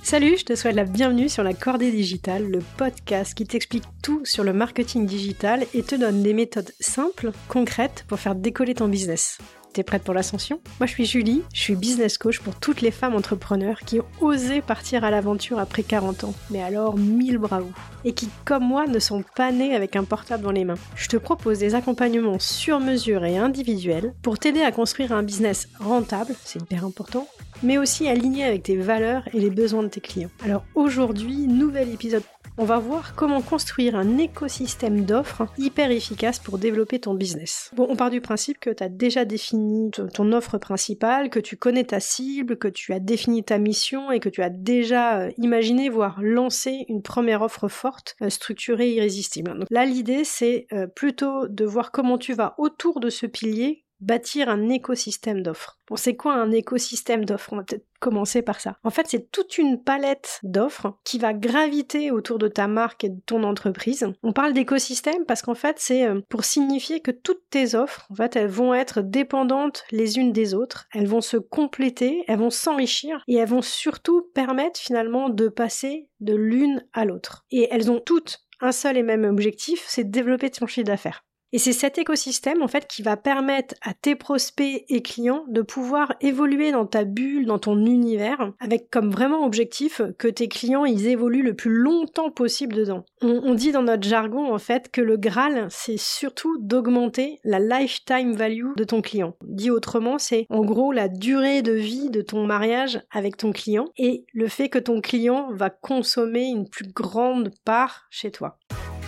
Salut, je te souhaite la bienvenue sur La Cordée Digitale, le podcast qui t'explique tout sur le marketing digital et te donne des méthodes simples, concrètes pour faire décoller ton business. T'es prête pour l'ascension ? Moi je suis Julie, je suis business coach pour toutes les femmes entrepreneurs qui ont osé partir à l'aventure après 40 ans, mais alors 1000 bravo, et qui comme moi ne sont pas nées avec un portable dans les mains. Je te propose des accompagnements sur mesure et individuels pour t'aider à construire un business rentable, c'est hyper important, mais aussi aligné avec tes valeurs et les besoins de tes clients. Alors aujourd'hui, nouvel épisode. On va voir comment construire un écosystème d'offres hyper efficace pour développer ton business. Bon, on part du principe que tu as déjà défini ton offre principale, que tu connais ta cible, que tu as défini ta mission et que tu as déjà imaginé, voire lancé une première offre forte, structurée, irrésistible. Donc là, l'idée, c'est plutôt de voir comment tu vas, autour de ce pilier, bâtir un écosystème d'offres. Bon, c'est quoi un écosystème d'offres ? On va peut-être commencer par ça. En fait, c'est toute une palette d'offres qui va graviter autour de ta marque et de ton entreprise. On parle d'écosystème parce qu'en fait, c'est pour signifier que toutes tes offres, en fait, elles vont être dépendantes les unes des autres, elles vont se compléter, elles vont s'enrichir et elles vont surtout permettre finalement de passer de l'une à l'autre. Et elles ont toutes un seul et même objectif, c'est de développer ton chiffre d'affaires. Et c'est cet écosystème, en fait, qui va permettre à tes prospects et clients de pouvoir évoluer dans ta bulle, dans ton univers, avec comme vraiment objectif que tes clients, ils évoluent le plus longtemps possible dedans. On dit dans notre jargon, en fait, que le Graal, c'est surtout d'augmenter la lifetime value de ton client. Dit autrement, c'est en gros la durée de vie de ton mariage avec ton client et le fait que ton client va consommer une plus grande part chez toi.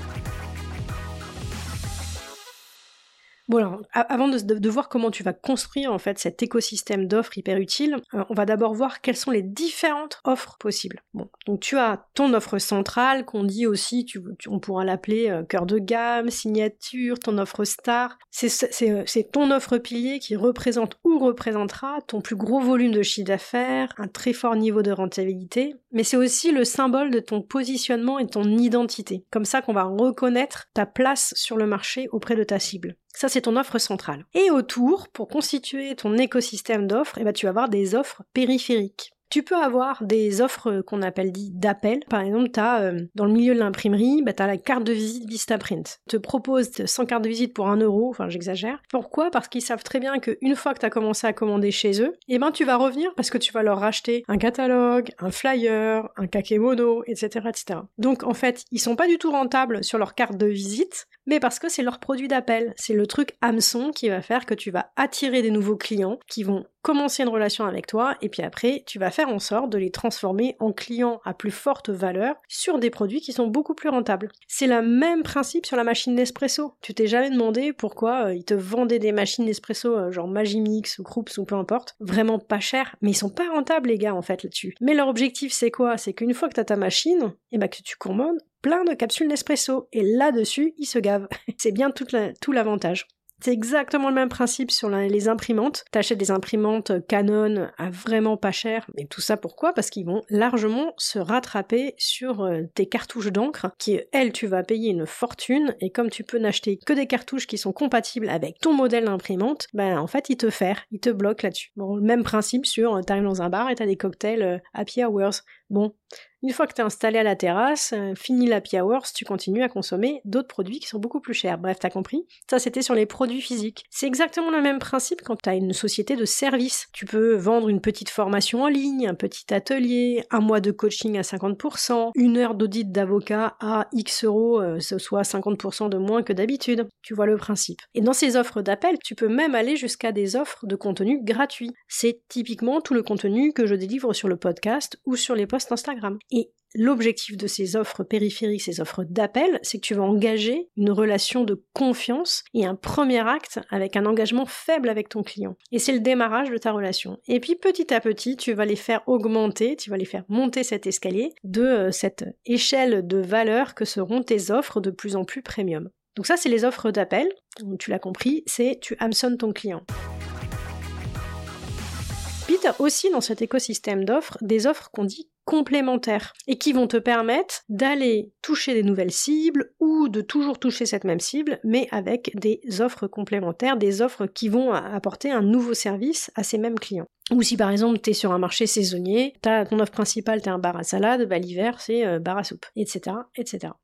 Bon alors, avant de voir comment tu vas construire en fait cet écosystème d'offres hyper utile, on va d'abord voir quelles sont les différentes offres possibles. Bon, donc tu as ton offre centrale qu'on dit aussi, on pourra l'appeler cœur de gamme, signature, ton offre star. C'est ton offre pilier qui représente ou représentera ton plus gros volume de chiffre d'affaires, un très fort niveau de rentabilité, mais c'est aussi le symbole de ton positionnement et de ton identité. Comme ça qu'on va reconnaître ta place sur le marché auprès de ta cible. Ça, c'est ton offre centrale. Et autour, pour constituer ton écosystème d'offres, tu vas avoir des offres périphériques. Tu peux avoir des offres qu'on appelle d'appel. Par exemple, dans le milieu de l'imprimerie, tu as la carte de visite Vistaprint. Te propose 100 cartes de visite pour 1 euro, enfin j'exagère. Pourquoi ? Parce qu'ils savent très bien qu'une fois que tu as commencé à commander chez eux, tu vas revenir parce que tu vas leur racheter un catalogue, un flyer, un kakémono, etc., etc. Donc en fait, ils sont pas du tout rentables sur leur carte de visite, mais parce que c'est leur produit d'appel. C'est le truc hameçon qui va faire que tu vas attirer des nouveaux clients qui vont commencer une relation avec toi et puis après, tu vas faire en sorte de les transformer en clients à plus forte valeur sur des produits qui sont beaucoup plus rentables. C'est le même principe sur la machine Nespresso. Tu t'es jamais demandé pourquoi ils te vendaient des machines Nespresso genre Magimix ou Krups ou peu importe, vraiment pas cher, mais ils sont pas rentables les gars en fait là-dessus. Mais leur objectif c'est quoi ? C'est qu'une fois que t'as ta machine, que tu commandes plein de capsules Nespresso et là-dessus, ils se gavent. C'est bien tout l'avantage. C'est exactement le même principe sur les imprimantes. T'achètes des imprimantes Canon à vraiment pas cher. Mais tout ça pourquoi ? Parce qu'ils vont largement se rattraper sur tes cartouches d'encre qui, elles, tu vas payer une fortune. Et comme tu peux n'acheter que des cartouches qui sont compatibles avec ton modèle d'imprimante, en fait, ils te bloquent là-dessus. Bon, le même principe sur, t'arrives dans un bar et t'as des cocktails happy hours. Bon, une fois que t'es installé à la terrasse, fini l'happy hours, tu continues à consommer d'autres produits qui sont beaucoup plus chers. Bref, t'as compris ? Ça, c'était sur les produits physiques. C'est exactement le même principe quand t'as une société de service. Tu peux vendre une petite formation en ligne, un petit atelier, un mois de coaching à 50%, 1 heure d'audit d'avocat à X euros, ce soit 50% de moins que d'habitude. Tu vois le principe. Et dans ces offres d'appel, tu peux même aller jusqu'à des offres de contenu gratuit. C'est typiquement tout le contenu que je délivre sur le podcast ou sur les posts Instagram. Et l'objectif de ces offres périphériques, ces offres d'appel, c'est que tu vas engager une relation de confiance et un premier acte avec un engagement faible avec ton client. Et c'est le démarrage de ta relation. Et puis petit à petit, tu vas les faire augmenter, tu vas les faire monter cet escalier de cette échelle de valeur que seront tes offres de plus en plus premium. Donc ça, c'est les offres d'appel. Tu l'as compris, c'est tu hameçonnes ton client. Puis tu as aussi dans cet écosystème d'offres des offres qu'on dit complémentaires et qui vont te permettre d'aller toucher des nouvelles cibles ou de toujours toucher cette même cible, mais avec des offres complémentaires, des offres qui vont apporter un nouveau service à ces mêmes clients. Ou si par exemple tu es sur un marché saisonnier, ton offre principale, tu un bar à salade, l'hiver c'est bar à soupe, etc., etc.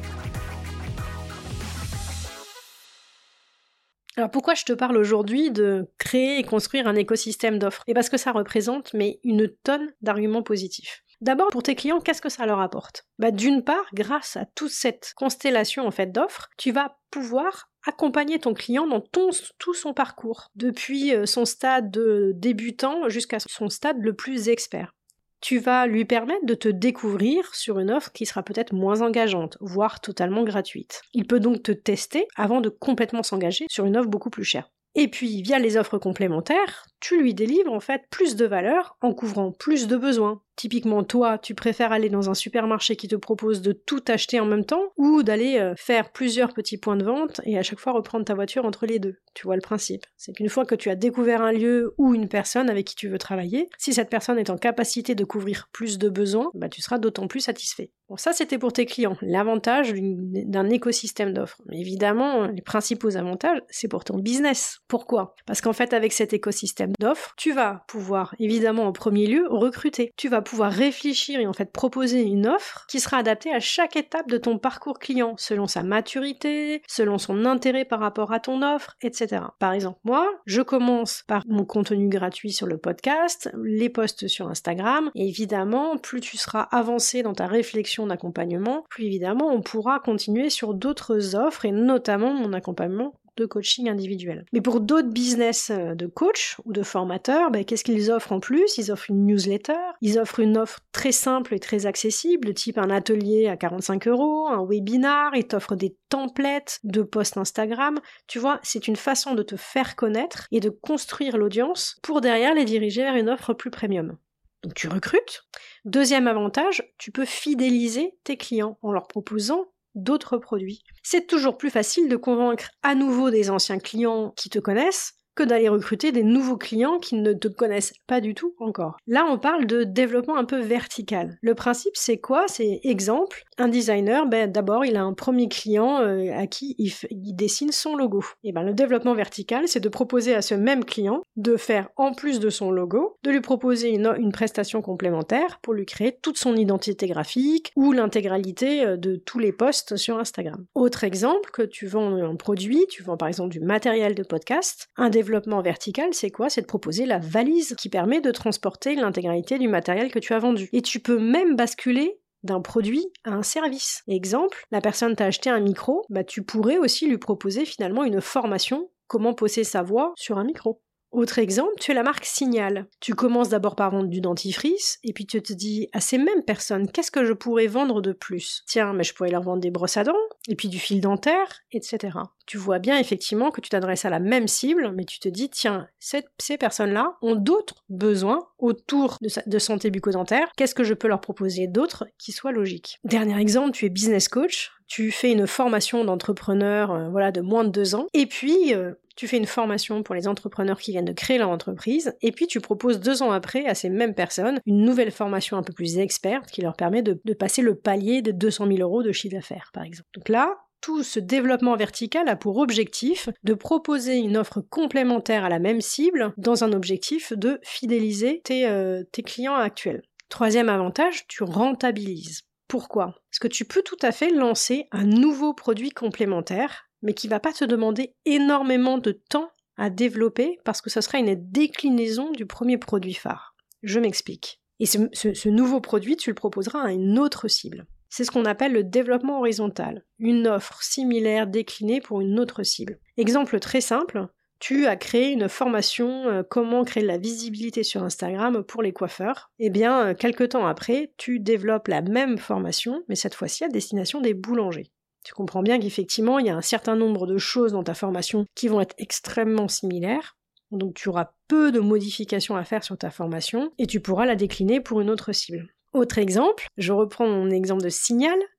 Alors pourquoi je te parle aujourd'hui de créer et construire un écosystème d'offres ? Et parce que ça représente une tonne d'arguments positifs. D'abord, pour tes clients, qu'est-ce que ça leur apporte ? D'une part, grâce à toute cette constellation d'offres, tu vas pouvoir accompagner ton client dans tout son parcours, depuis son stade de débutant jusqu'à son stade le plus expert. Tu vas lui permettre de te découvrir sur une offre qui sera peut-être moins engageante, voire totalement gratuite. Il peut donc te tester avant de complètement s'engager sur une offre beaucoup plus chère. Et puis, via les offres complémentaires, tu lui délivres plus de valeur en couvrant plus de besoins. Typiquement, toi, tu préfères aller dans un supermarché qui te propose de tout acheter en même temps ou d'aller faire plusieurs petits points de vente et à chaque fois reprendre ta voiture entre les deux. Tu vois le principe. C'est qu'une fois que tu as découvert un lieu ou une personne avec qui tu veux travailler, si cette personne est en capacité de couvrir plus de besoins, tu seras d'autant plus satisfait. Bon, ça c'était pour tes clients, l'avantage d'un écosystème d'offres. Mais évidemment, les principaux avantages, c'est pour ton business. Pourquoi ? Parce qu'en fait, avec cet écosystème d'offres, tu vas pouvoir, évidemment, en premier lieu, recruter. Tu vas pouvoir réfléchir et proposer une offre qui sera adaptée à chaque étape de ton parcours client, selon sa maturité, selon son intérêt par rapport à ton offre, etc. Par exemple, moi, je commence par mon contenu gratuit sur le podcast, les posts sur Instagram, et évidemment, plus tu seras avancé dans ta réflexion d'accompagnement, plus évidemment, on pourra continuer sur d'autres offres, et notamment mon accompagnement de coaching individuel. Mais pour d'autres business de coach ou de formateurs, qu'est-ce qu'ils offrent en plus ? Ils offrent une newsletter, ils offrent une offre très simple et très accessible, de type un atelier à 45 €, un webinar, ils t'offrent des templates de posts Instagram. Tu vois, c'est une façon de te faire connaître et de construire l'audience pour derrière les diriger vers une offre plus premium. Donc tu recrutes. Deuxième avantage, tu peux fidéliser tes clients en leur proposant d'autres produits. C'est toujours plus facile de convaincre à nouveau des anciens clients qui te connaissent que d'aller recruter des nouveaux clients qui ne te connaissent pas du tout encore. Là, on parle de développement un peu vertical. Le principe, c'est quoi ? C'est exemple, un designer, d'abord, il a un premier client à qui il dessine son logo. Et le développement vertical, c'est de proposer à ce même client de faire, en plus de son logo, de lui proposer une prestation complémentaire pour lui créer toute son identité graphique ou l'intégralité de tous les posts sur Instagram. Autre exemple, que tu vends un produit, tu vends par exemple du matériel de podcast, un développement vertical, c'est quoi ? C'est de proposer la valise qui permet de transporter l'intégralité du matériel que tu as vendu. Et tu peux même basculer d'un produit à un service. Exemple, la personne t'a acheté un micro, tu pourrais aussi lui proposer finalement une formation, comment poser sa voix sur un micro. Autre exemple, tu es la marque Signal. Tu commences d'abord par vendre du dentifrice, et puis tu te dis à ces mêmes personnes, qu'est-ce que je pourrais vendre de plus ? Tiens, je pourrais leur vendre des brosses à dents, et puis du fil dentaire, etc. Tu vois bien effectivement que tu t'adresses à la même cible, mais tu te dis, tiens, ces personnes-là ont d'autres besoins autour de santé bucco-dentaire, qu'est-ce que je peux leur proposer d'autre qui soit logique ? Dernier exemple, tu es business coach, tu fais une formation d'entrepreneur de moins de 2 ans, et puis tu fais une formation pour les entrepreneurs qui viennent de créer leur entreprise, et puis tu proposes 2 ans après à ces mêmes personnes une nouvelle formation un peu plus experte qui leur permet de passer le palier de 200 000 € de chiffre d'affaires, par exemple. Donc là, tout ce développement vertical a pour objectif de proposer une offre complémentaire à la même cible dans un objectif de fidéliser tes clients actuels. Troisième avantage, tu rentabilises. Pourquoi ? Parce que tu peux tout à fait lancer un nouveau produit complémentaire, mais qui va pas te demander énormément de temps à développer parce que ce sera une déclinaison du premier produit phare. Je m'explique. Et ce nouveau produit, tu le proposeras à une autre cible. C'est ce qu'on appelle le développement horizontal, une offre similaire déclinée pour une autre cible. Exemple très simple, tu as créé une formation comment créer de la visibilité sur Instagram pour les coiffeurs. Eh bien, quelques temps après, tu développes la même formation, mais cette fois-ci à destination des boulangers. Tu comprends bien qu'effectivement, il y a un certain nombre de choses dans ta formation qui vont être extrêmement similaires. Donc tu auras peu de modifications à faire sur ta formation et tu pourras la décliner pour une autre cible. Autre exemple, je reprends mon exemple de Signal.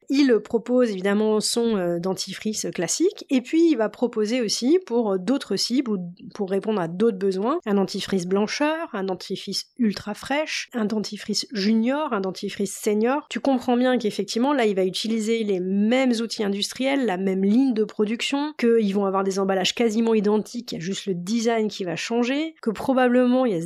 Il propose évidemment son dentifrice classique, et puis il va proposer aussi pour d'autres cibles ou pour répondre à d'autres besoins, un dentifrice blancheur, un dentifrice ultra fraîche, un dentifrice junior, un dentifrice senior. Tu comprends bien qu'effectivement là il va utiliser les mêmes outils industriels, la même ligne de production, qu'ils vont avoir des emballages quasiment identiques, il y a juste le design qui va changer, que probablement il y a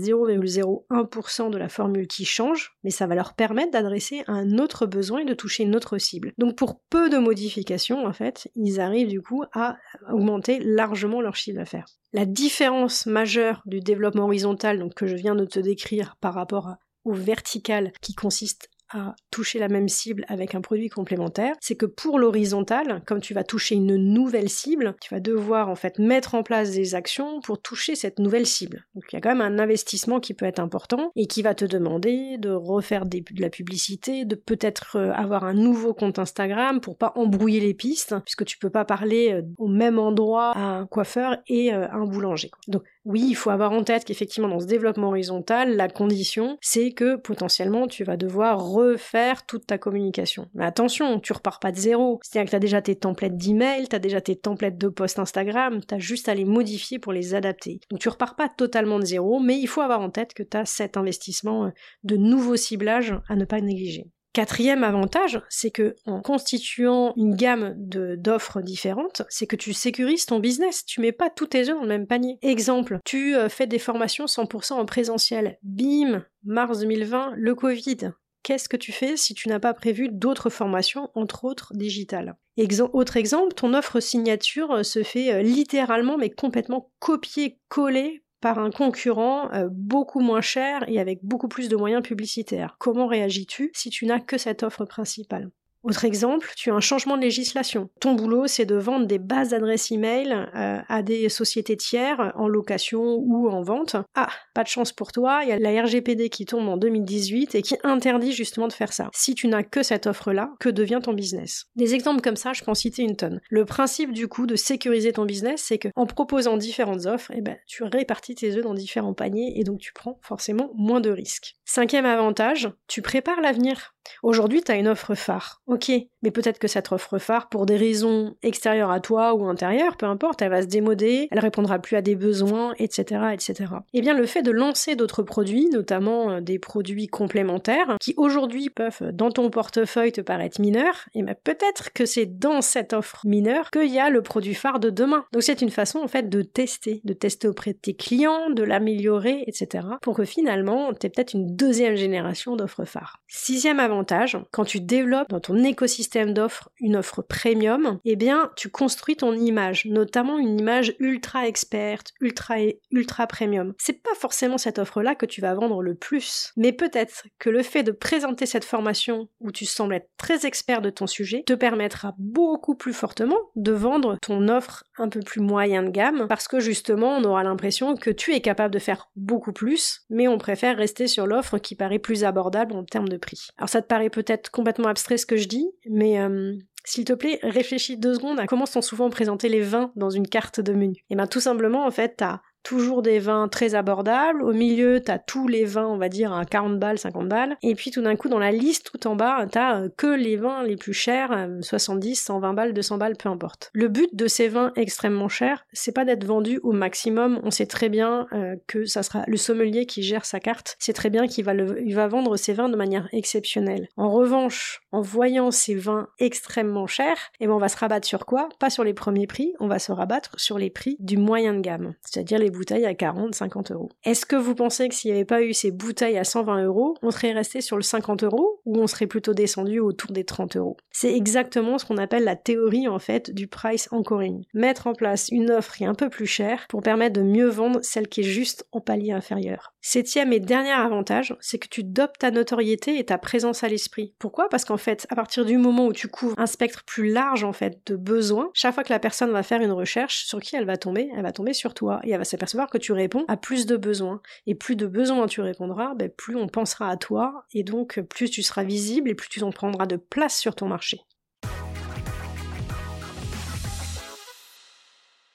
0,01% de la formule qui change, mais ça va leur permettre d'adresser un autre besoin et de toucher une autre cible. Donc pour peu de modifications, en fait, ils arrivent du coup à augmenter largement leur chiffre d'affaires. La différence majeure du développement horizontal, donc que je viens de te décrire par rapport au vertical, qui consiste à toucher la même cible avec un produit complémentaire, c'est que pour l'horizontal, comme tu vas toucher une nouvelle cible, tu vas devoir en fait mettre en place des actions pour toucher cette nouvelle cible. Donc il y a quand même un investissement qui peut être important et qui va te demander de refaire de la publicité, de peut-être avoir un nouveau compte Instagram pour pas embrouiller les pistes, puisque tu peux pas parler au même endroit à un coiffeur et à un boulanger. Donc oui, il faut avoir en tête qu'effectivement dans ce développement horizontal, la condition, c'est que potentiellement tu vas devoir refaire toute ta communication. Mais attention, tu repars pas de zéro. C'est-à-dire que tu as déjà tes templates d'email, tu as déjà tes templates de posts Instagram, tu as juste à les modifier pour les adapter. Donc tu repars pas totalement de zéro, mais il faut avoir en tête que tu as cet investissement de nouveau ciblage à ne pas négliger. Quatrième avantage, c'est que en constituant une gamme d'offres différentes, c'est que tu sécurises ton business. Tu mets pas tous tes œufs dans le même panier. Exemple, tu fais des formations 100% en présentiel. Bim, mars 2020, le Covid. Qu'est-ce que tu fais si tu n'as pas prévu d'autres formations, entre autres digitales ? Autre exemple, ton offre signature se fait littéralement mais complètement copier-coller par un concurrent beaucoup moins cher et avec beaucoup plus de moyens publicitaires. Comment réagis-tu si tu n'as que cette offre principale ? Autre exemple, tu as un changement de législation. Ton boulot, c'est de vendre des bases d'adresses email à des sociétés tiers en location ou en vente. Ah, pas de chance pour toi, il y a la RGPD qui tombe en 2018 et qui interdit justement de faire ça. Si tu n'as que cette offre-là, que devient ton business ? Des exemples comme ça, je peux en citer une tonne. Le principe du coup de sécuriser ton business, c'est qu'en proposant différentes offres, tu répartis tes œufs dans différents paniers et donc tu prends forcément moins de risques. Cinquième avantage, tu prépares l'avenir. Aujourd'hui, tu as une offre phare, ok, mais peut-être que cette offre phare, pour des raisons extérieures à toi ou intérieures, peu importe, elle va se démoder, elle répondra plus à des besoins, etc., etc. Eh bien, le fait de lancer d'autres produits, notamment des produits complémentaires, qui aujourd'hui peuvent, dans ton portefeuille, te paraître mineurs, et bien peut-être que c'est dans cette offre mineure qu'il y a le produit phare de demain. Donc c'est une façon, en fait, de tester auprès de tes clients, de l'améliorer, etc., pour que finalement, tu aies peut-être une deuxième génération d'offres phares. Sixième avantage, quand tu développes dans ton écosystème d'offres une offre premium, eh bien, tu construis ton image, notamment une image ultra experte, ultra premium. C'est pas forcément cette offre-là que tu vas vendre le plus, mais peut-être que le fait de présenter cette formation où tu sembles être très expert de ton sujet te permettra beaucoup plus fortement de vendre ton offre un peu plus moyen de gamme, parce que justement, on aura l'impression que tu es capable de faire beaucoup plus, mais on préfère rester sur l'offre qui paraît plus abordable en termes de prix. Alors ça te paraît peut-être complètement abstrait ce que je dis, mais s'il te plaît, réfléchis 2 secondes à comment sont souvent présentés les vins dans une carte de menu. Et bien tout simplement, en fait, t'as toujours des vins très abordables, au milieu t'as tous les vins, on va dire, à 40 balles, 50 balles, et puis tout d'un coup dans la liste tout en bas, t'as que les vins les plus chers, 70, 120 balles, 200 balles, peu importe. Le but de ces vins extrêmement chers, c'est pas d'être vendus au maximum, on sait très bien que ça sera le sommelier qui gère sa carte, c'est très bien qu'il va vendre ses vins de manière exceptionnelle. En revanche, en voyant ces vins extrêmement chers, on va se rabattre sur quoi ? Pas sur les premiers prix, on va se rabattre sur les prix du moyen de gamme, c'est-à-dire les bouteilles à 40, 50 euros. Est-ce que vous pensez que s'il n'y avait pas eu ces bouteilles à 120 euros, on serait resté sur le 50 euros ou on serait plutôt descendu autour des 30 euros ? C'est exactement ce qu'on appelle la théorie en fait du price anchoring. Mettre en place une offre qui est un peu plus chère pour permettre de mieux vendre celle qui est juste en palier inférieur. Septième et dernier avantage, c'est que tu dopes ta notoriété et ta présence à l'esprit. Pourquoi ? Parce qu'en fait, à partir du moment où tu couvres un spectre plus large en fait de besoins, chaque fois que la personne va faire une recherche, sur qui elle va tomber sur toi et elle va s'apercevoir que tu réponds à plus de besoins. Et plus de besoins tu répondras, plus on pensera à toi et donc plus tu seras visible et plus tu en prendras de place sur ton marché.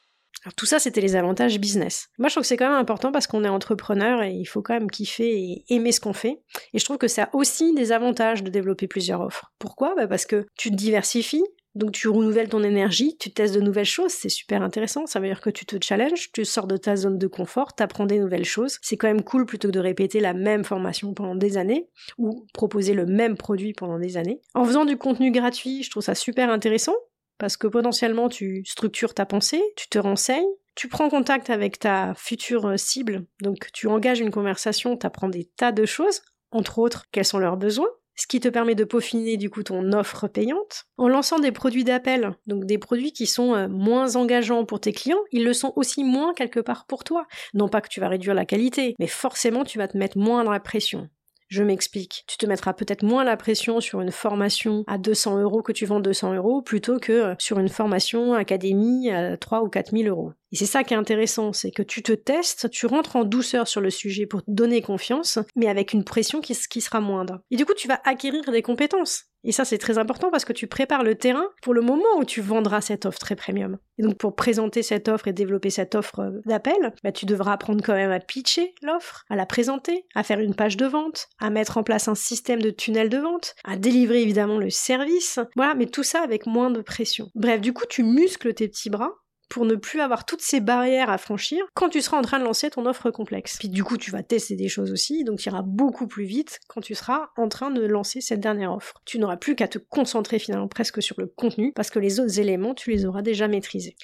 Alors tout ça, c'était les avantages business. Moi, je trouve que c'est quand même important parce qu'on est entrepreneur et il faut quand même kiffer et aimer ce qu'on fait. Et je trouve que ça a aussi des avantages de développer plusieurs offres. Pourquoi ? Parce que tu te diversifies, donc tu renouvelles ton énergie, tu testes de nouvelles choses, c'est super intéressant. Ça veut dire que tu te challenges, tu sors de ta zone de confort, t'apprends des nouvelles choses. C'est quand même cool plutôt que de répéter la même formation pendant des années ou proposer le même produit pendant des années. En faisant du contenu gratuit, je trouve ça super intéressant. Parce que potentiellement, tu structures ta pensée, tu te renseignes, tu prends contact avec ta future cible, donc tu engages une conversation, tu apprends des tas de choses, entre autres, quels sont leurs besoins, ce qui te permet de peaufiner du coup ton offre payante. En lançant des produits d'appel, donc des produits qui sont moins engageants pour tes clients, ils le sont aussi moins quelque part pour toi. Non pas que tu vas réduire la qualité, mais forcément tu vas te mettre moins dans la pression. Je m'explique. Tu te mettras peut-être moins la pression sur une formation à 200 € que tu vends 200 € plutôt que sur une formation académie à 3 ou 4 000 €. Et c'est ça qui est intéressant, c'est que tu te testes, tu rentres en douceur sur le sujet pour te donner confiance, mais avec une pression qui sera moindre. Et du coup, tu vas acquérir des compétences. Et ça, c'est très important parce que tu prépares le terrain pour le moment où tu vendras cette offre très premium. Et donc, pour présenter cette offre et développer cette offre d'appel, tu devras apprendre quand même à pitcher l'offre, à la présenter, à faire une page de vente, à mettre en place un système de tunnel de vente, à délivrer évidemment le service. Voilà, mais tout ça avec moins de pression. Bref, du coup, tu muscles tes petits bras pour ne plus avoir toutes ces barrières à franchir quand tu seras en train de lancer ton offre complexe. Puis du coup, tu vas tester des choses aussi, donc tu iras beaucoup plus vite quand tu seras en train de lancer cette dernière offre. Tu n'auras plus qu'à te concentrer finalement presque sur le contenu, parce que les autres éléments, tu les auras déjà maîtrisés.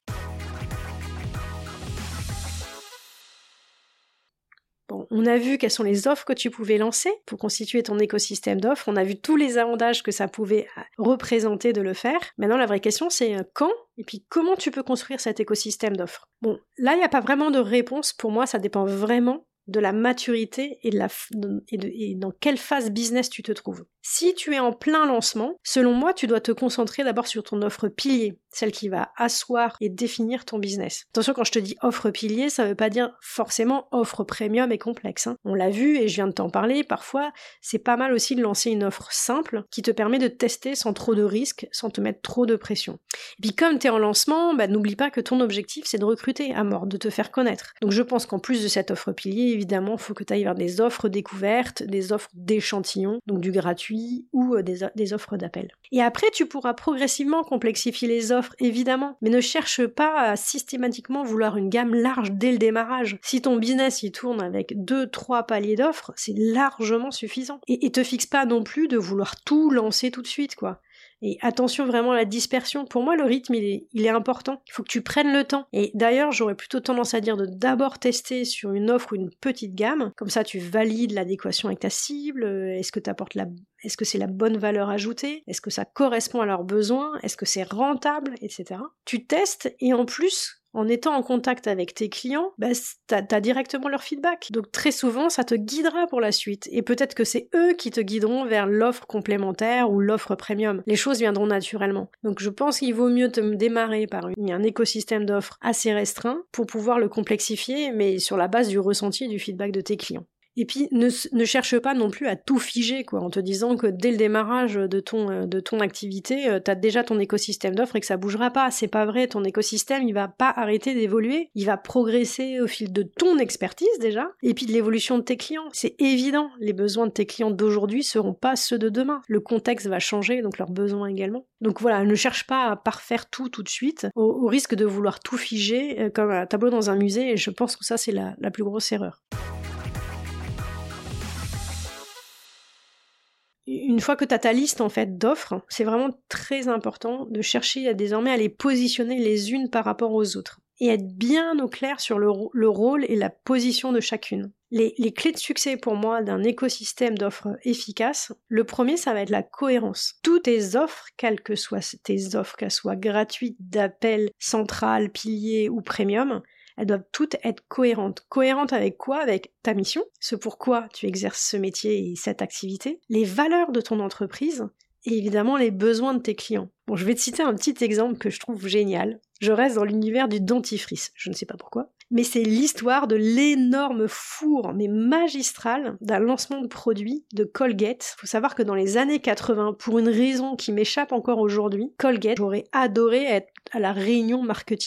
Bon, on a vu quelles sont les offres que tu pouvais lancer pour constituer ton écosystème d'offres. On a vu tous les avantages que ça pouvait représenter de le faire. Maintenant, la vraie question, c'est quand et puis comment tu peux construire cet écosystème d'offres. Bon, là, il n'y a pas vraiment de réponse. Pour moi, ça dépend vraiment de la maturité et dans quelle phase business tu te trouves. Si tu es en plein lancement, selon moi, tu dois te concentrer d'abord sur ton offre pilier, celle qui va asseoir et définir ton business. Attention, quand je te dis offre pilier, ça veut pas dire forcément offre premium et complexe, hein. On l'a vu et je viens de t'en parler, parfois, c'est pas mal aussi de lancer une offre simple qui te permet de tester sans trop de risques, sans te mettre trop de pression. Et puis comme tu es en lancement, n'oublie pas que ton objectif, c'est de recruter à mort, de te faire connaître. Donc je pense qu'en plus de cette offre pilier, évidemment, il faut que tu ailles vers des offres découvertes, des offres d'échantillons, donc du gratuit, ou des offres d'appel. Et après, tu pourras progressivement complexifier les offres, évidemment, mais ne cherche pas à systématiquement vouloir une gamme large dès le démarrage. Si ton business il tourne avec 2-3 paliers d'offres, c'est largement suffisant. Et te fixe pas non plus de vouloir tout lancer tout de suite, quoi. Et attention vraiment à la dispersion. Pour moi, le rythme, il est important. Il faut que tu prennes le temps. Et d'ailleurs, j'aurais plutôt tendance à dire de d'abord tester sur une offre ou une petite gamme. Comme ça, tu valides l'adéquation avec ta cible. Est-ce que c'est la bonne valeur ajoutée? Est-ce que ça correspond à leurs besoins? Est-ce que c'est rentable? Etc. Tu testes et en plus, en étant en contact avec tes clients, t'as directement leur feedback. Donc très souvent, ça te guidera pour la suite. Et peut-être que c'est eux qui te guideront vers l'offre complémentaire ou l'offre premium. Les choses viendront naturellement. Donc je pense qu'il vaut mieux te démarrer par un écosystème d'offres assez restreint pour pouvoir le complexifier, mais sur la base du ressenti et du feedback de tes clients. Et puis, ne cherche pas non plus à tout figer, quoi, en te disant que dès le démarrage de ton activité, t'as déjà ton écosystème d'offres et que ça bougera pas. C'est pas vrai, ton écosystème, il va pas arrêter d'évoluer, il va progresser au fil de ton expertise déjà, et puis de l'évolution de tes clients. C'est évident, les besoins de tes clients d'aujourd'hui seront pas ceux de demain. Le contexte va changer, donc leurs besoins également. Donc voilà, ne cherche pas à parfaire tout de suite, au risque de vouloir tout figer comme un tableau dans un musée, et je pense que ça, c'est la plus grosse erreur. Une fois que tu as ta liste en fait d'offres, c'est vraiment très important de chercher désormais à les positionner les unes par rapport aux autres et être bien au clair sur le rôle et la position de chacune. Les clés de succès pour moi d'un écosystème d'offres efficace, le premier ça va être la cohérence. Toutes tes offres, quelles que soient tes offres, qu'elles soient gratuites, d'appel, centrales, piliers ou premium, elles doivent toutes être cohérentes. Cohérentes avec quoi? Avec ta mission, ce pourquoi tu exerces ce métier et cette activité, les valeurs de ton entreprise et évidemment les besoins de tes clients. Bon, je vais te citer un petit exemple que je trouve génial. Je reste dans l'univers du dentifrice, je ne sais pas pourquoi, mais c'est l'histoire de l'énorme four, mais magistral, d'un lancement de produit de Colgate. Il faut savoir que dans les années 80, pour une raison qui m'échappe encore aujourd'hui, Colgate, j'aurais adoré être à la réunion marketing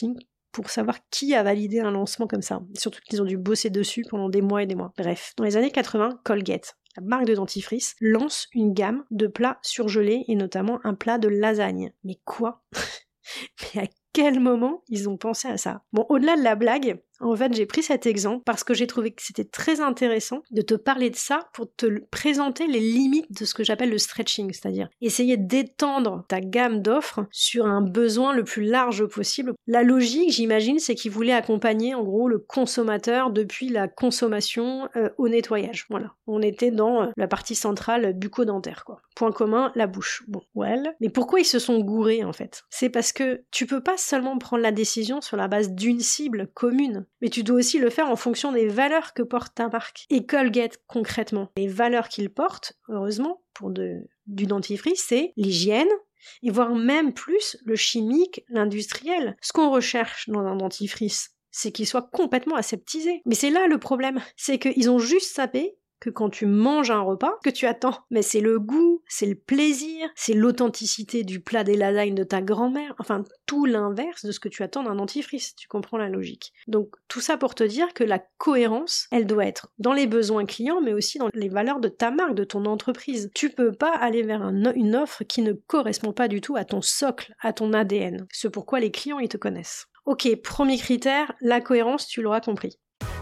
pour savoir qui a validé un lancement comme ça. Surtout qu'ils ont dû bosser dessus pendant des mois et des mois. Bref, dans les années 80, Colgate, la marque de dentifrice, lance une gamme de plats surgelés et notamment un plat de lasagne. Mais quoi? Mais à quel moment ils ont pensé à ça? Bon, au-delà de la blague, en fait, j'ai pris cet exemple parce que j'ai trouvé que c'était très intéressant de te parler de ça pour te présenter les limites de ce que j'appelle le stretching, c'est-à-dire essayer d'étendre ta gamme d'offres sur un besoin le plus large possible. La logique, j'imagine, c'est qu'ils voulaient accompagner en gros le consommateur depuis la consommation au nettoyage. Voilà, on était dans la partie centrale bucco-dentaire, quoi. Point commun, la bouche. Bon, well. Mais pourquoi ils se sont gourés, en fait? C'est parce que tu peux pas seulement prendre la décision sur la base d'une cible commune, mais tu dois aussi le faire en fonction des valeurs que porte ta marque. Et Colgate, concrètement, les valeurs qu'il porte, heureusement, pour du dentifrice, c'est l'hygiène, et voire même plus le chimique, l'industriel. Ce qu'on recherche dans un dentifrice, c'est qu'il soit complètement aseptisé. Mais c'est là le problème, c'est qu'ils ont juste sapé que quand tu manges un repas, que tu attends. Mais c'est le goût, c'est le plaisir, c'est l'authenticité du plat des lasagnes de ta grand-mère, enfin tout l'inverse de ce que tu attends d'un dentifrice, tu comprends la logique. Donc tout ça pour te dire que la cohérence, elle doit être dans les besoins clients, mais aussi dans les valeurs de ta marque, de ton entreprise. Tu peux pas aller vers une offre qui ne correspond pas du tout à ton socle, à ton ADN. C'est pourquoi les clients, ils te connaissent. Ok, premier critère, la cohérence, tu l'auras compris.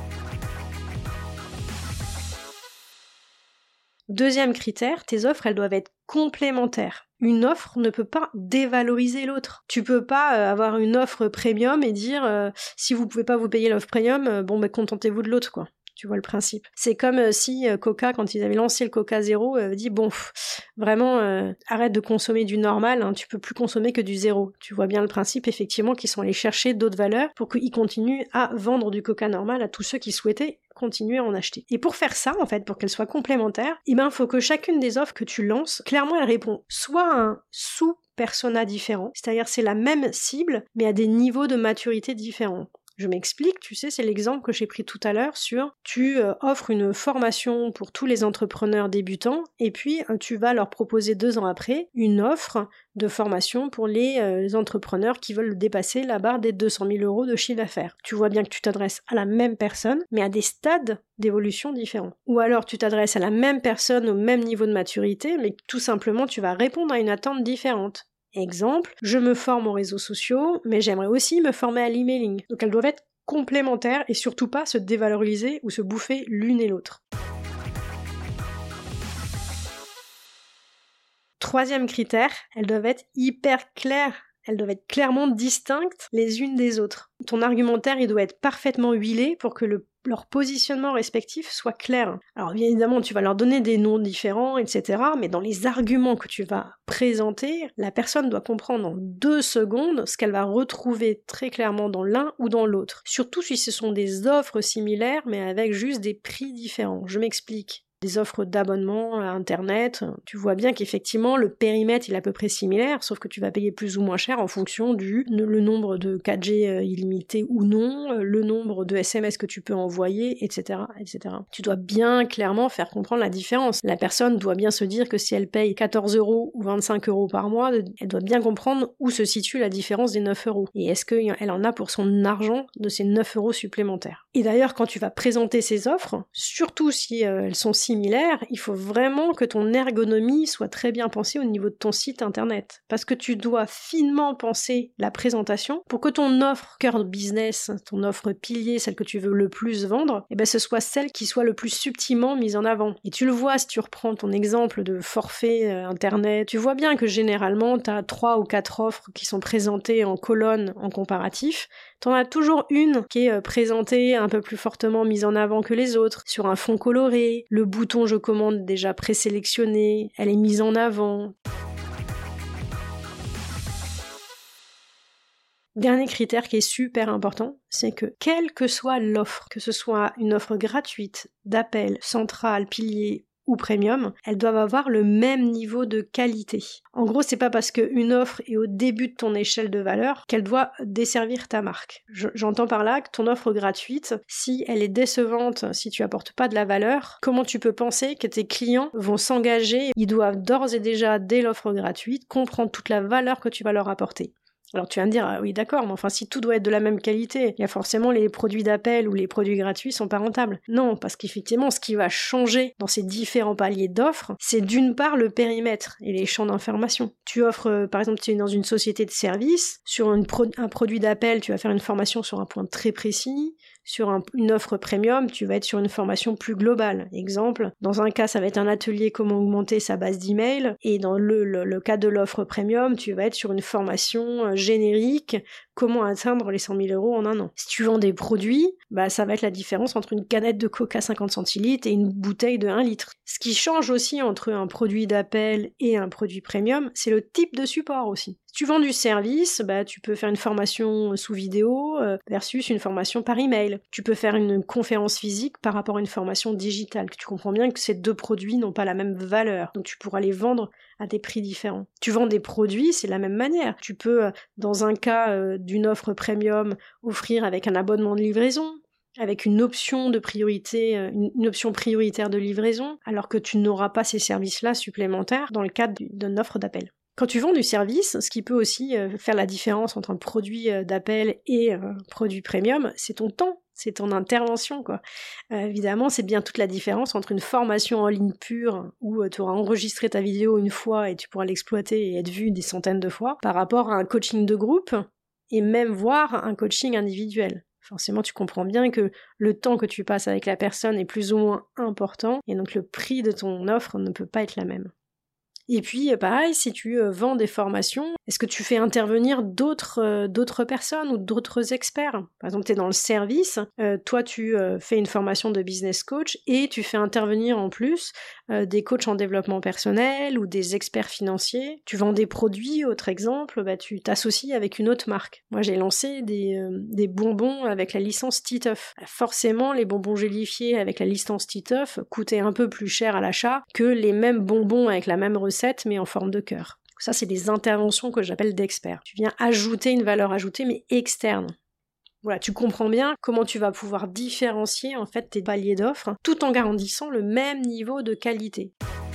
Deuxième critère, tes offres, elles doivent être complémentaires. Une offre ne peut pas dévaloriser l'autre. Tu peux pas avoir une offre premium et dire si vous pouvez pas vous payer l'offre premium, contentez-vous de l'autre, quoi. Tu vois le principe. C'est comme si Coca, quand ils avaient lancé le Coca Zéro, dit vraiment, arrête de consommer du normal, hein, tu peux plus consommer que du zéro. Tu vois bien le principe, effectivement, qu'ils sont allés chercher d'autres valeurs pour qu'ils continuent à vendre du Coca normal à tous ceux qui souhaitaient continuer à en acheter. Et pour faire ça, en fait, pour qu'elles soient complémentaires, il faut que chacune des offres que tu lances, clairement, elle répond soit à un sous-persona différent, c'est-à-dire c'est la même cible, mais à des niveaux de maturité différents. Je m'explique, tu sais, c'est l'exemple que j'ai pris tout à l'heure sur tu offres une formation pour tous les entrepreneurs débutants et puis tu vas leur proposer 2 ans après une offre de formation pour les entrepreneurs qui veulent dépasser la barre des 200 000 euros de chiffre d'affaires. Tu vois bien que tu t'adresses à la même personne, mais à des stades d'évolution différents. Ou alors tu t'adresses à la même personne au même niveau de maturité, mais tout simplement tu vas répondre à une attente différente. Exemple, je me forme aux réseaux sociaux, mais j'aimerais aussi me former à l'emailing. Donc elles doivent être complémentaires et surtout pas se dévaloriser ou se bouffer l'une et l'autre. Troisième critère, elles doivent être hyper claires. Elles doivent être clairement distinctes les unes des autres. Ton argumentaire, il doit être parfaitement huilé pour que leur positionnement respectif soit clair. Alors bien évidemment, tu vas leur donner des noms différents, etc. Mais dans les arguments que tu vas présenter, la personne doit comprendre en 2 secondes ce qu'elle va retrouver très clairement dans l'un ou dans l'autre. Surtout si ce sont des offres similaires, mais avec juste des prix différents. Je m'explique. Des offres d'abonnement à Internet, tu vois bien qu'effectivement le périmètre il est à peu près similaire, sauf que tu vas payer plus ou moins cher en fonction le nombre de 4G illimité ou non, le nombre de SMS que tu peux envoyer, etc., etc. Tu dois bien clairement faire comprendre la différence. La personne doit bien se dire que si elle paye 14 € ou 25 € par mois, elle doit bien comprendre où se situe la différence des 9 €. Et est-ce qu'elle en a pour son argent de ces 9 € supplémentaires. Et d'ailleurs, quand tu vas présenter ces offres, surtout si elles sont similaires, il faut vraiment que ton ergonomie soit très bien pensée au niveau de ton site internet. Parce que tu dois finement penser la présentation pour que ton offre cœur de business, ton offre pilier, celle que tu veux le plus vendre, ce soit celle qui soit le plus subtilement mise en avant. Et tu le vois si tu reprends ton exemple de forfait internet, tu vois bien que généralement tu as 3 ou 4 offres qui sont présentées en colonne en comparatif. T'en as toujours une qui est présentée un peu plus fortement mise en avant que les autres, sur un fond coloré, le bouton je commande déjà présélectionné, elle est mise en avant. Dernier critère qui est super important, c'est que quelle que soit l'offre, que ce soit une offre gratuite, d'appel, centrale, pilier ou premium, elles doivent avoir le même niveau de qualité. En gros, c'est pas parce qu'une offre est au début de ton échelle de valeur qu'elle doit desservir ta marque. J'entends par là que ton offre gratuite, si elle est décevante, si tu apportes pas de la valeur, comment tu peux penser que tes clients vont s'engager? Ils doivent d'ores et déjà, dès l'offre gratuite, comprendre toute la valeur que tu vas leur apporter. Alors tu vas me dire, ah oui d'accord, mais enfin si tout doit être de la même qualité, il y a forcément les produits d'appel ou les produits gratuits sont pas rentables. Non, parce qu'effectivement ce qui va changer dans ces différents paliers d'offres, c'est d'une part le périmètre et les champs d'information. Tu offres, par exemple, tu es dans une société de service, sur un produit d'appel, tu vas faire une formation sur un point très précis. Sur une offre premium, tu vas être sur une formation plus globale. Exemple, dans un cas, ça va être un atelier comment augmenter sa base d'email, et dans le cas de l'offre premium, tu vas être sur une formation générique, comment atteindre les 100 000 € en un an. Si tu vends des produits, ça va être la différence entre une canette de Coca 50 centilitres et une bouteille de 1 litre. Ce qui change aussi entre un produit d'appel et un produit premium, c'est le type de support aussi. Si tu vends du service, tu peux faire une formation sous vidéo versus une formation par email. Tu peux faire une conférence physique par rapport à une formation digitale. Tu comprends bien que ces deux produits n'ont pas la même valeur, donc tu pourras les vendre à des prix différents. Tu vends des produits, c'est la même manière. Tu peux, dans un cas d'une offre premium, offrir avec un abonnement de livraison, avec une option de priorité, une option prioritaire de livraison, alors que tu n'auras pas ces services-là supplémentaires dans le cadre d'une offre d'appel. Quand tu vends du service, ce qui peut aussi faire la différence entre un produit d'appel et un produit premium, c'est ton temps, c'est ton intervention, quoi. Évidemment, c'est bien toute la différence entre une formation en ligne pure où tu auras enregistré ta vidéo une fois et tu pourras l'exploiter et être vu des centaines de fois, par rapport à un coaching de groupe et même voire un coaching individuel. Forcément, tu comprends bien que le temps que tu passes avec la personne est plus ou moins important et donc le prix de ton offre ne peut pas être la même. Et puis, pareil, si tu vends des formations, est-ce que tu fais intervenir d'autres personnes ou d'autres experts ? Par exemple, tu es dans le service, toi tu fais une formation de business coach et tu fais intervenir en plus des coachs en développement personnel ou des experts financiers. Tu vends des produits, autre exemple, tu t'associes avec une autre marque. Moi, j'ai lancé des bonbons avec la licence Titeuf. Forcément, les bonbons gélifiés avec la licence Titeuf coûtaient un peu plus cher à l'achat que les mêmes bonbons avec la même recette mais en forme de cœur. Ça, c'est des interventions que j'appelle d'experts. Tu viens ajouter une valeur ajoutée mais externe. Voilà, tu comprends bien comment tu vas pouvoir différencier en fait tes paliers d'offres tout en garantissant le même niveau de qualité.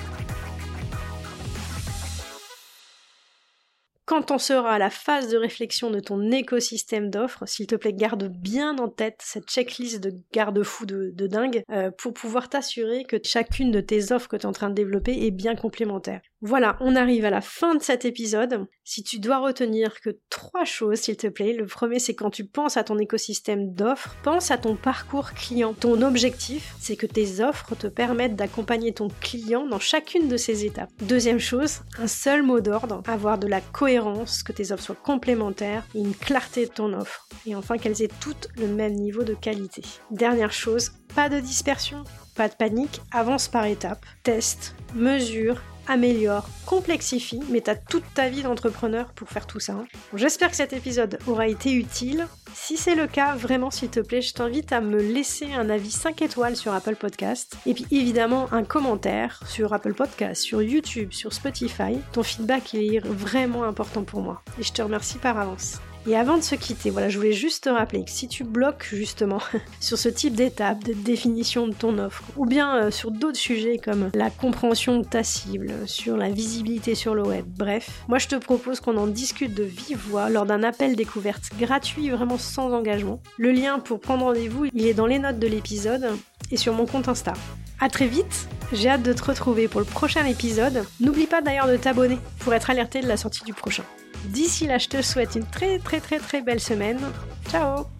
Quand on sera à la phase de réflexion de ton écosystème d'offres, s'il te plaît, garde bien en tête cette checklist de garde-fous de dingue pour pouvoir t'assurer que chacune de tes offres que tu es en train de développer est bien complémentaire. Voilà, on arrive à la fin de cet épisode. Si tu dois retenir que 3 choses, s'il te plaît, le premier, c'est quand tu penses à ton écosystème d'offres, pense à ton parcours client. Ton objectif, c'est que tes offres te permettent d'accompagner ton client dans chacune de ces étapes. Deuxième chose, un seul mot d'ordre, avoir de la cohérence, que tes offres soient complémentaires et une clarté de ton offre. Et enfin, qu'elles aient toutes le même niveau de qualité. Dernière chose, pas de dispersion, pas de panique, avance par étapes, teste, mesure, améliore, complexifie, mais t'as toute ta vie d'entrepreneur pour faire tout ça. Bon, j'espère que cet épisode aura été utile. Si c'est le cas, vraiment s'il te plaît, je t'invite à me laisser un avis 5 étoiles sur Apple Podcast et puis évidemment un commentaire sur Apple Podcast, sur YouTube, sur Spotify. Ton feedback il est vraiment important pour moi et je te remercie par avance. Et avant de se quitter, voilà, je voulais juste te rappeler que si tu bloques justement sur ce type d'étape de définition de ton offre, ou bien sur d'autres sujets comme la compréhension de ta cible, sur la visibilité sur le web, bref, moi je te propose qu'on en discute de vive voix lors d'un appel découverte gratuit, vraiment sans engagement. Le lien pour prendre rendez-vous, il est dans les notes de l'épisode et sur mon compte Insta. À très vite, j'ai hâte de te retrouver pour le prochain épisode. N'oublie pas d'ailleurs de t'abonner pour être alerté de la sortie du prochain. D'ici là, je te souhaite une très belle semaine. Ciao!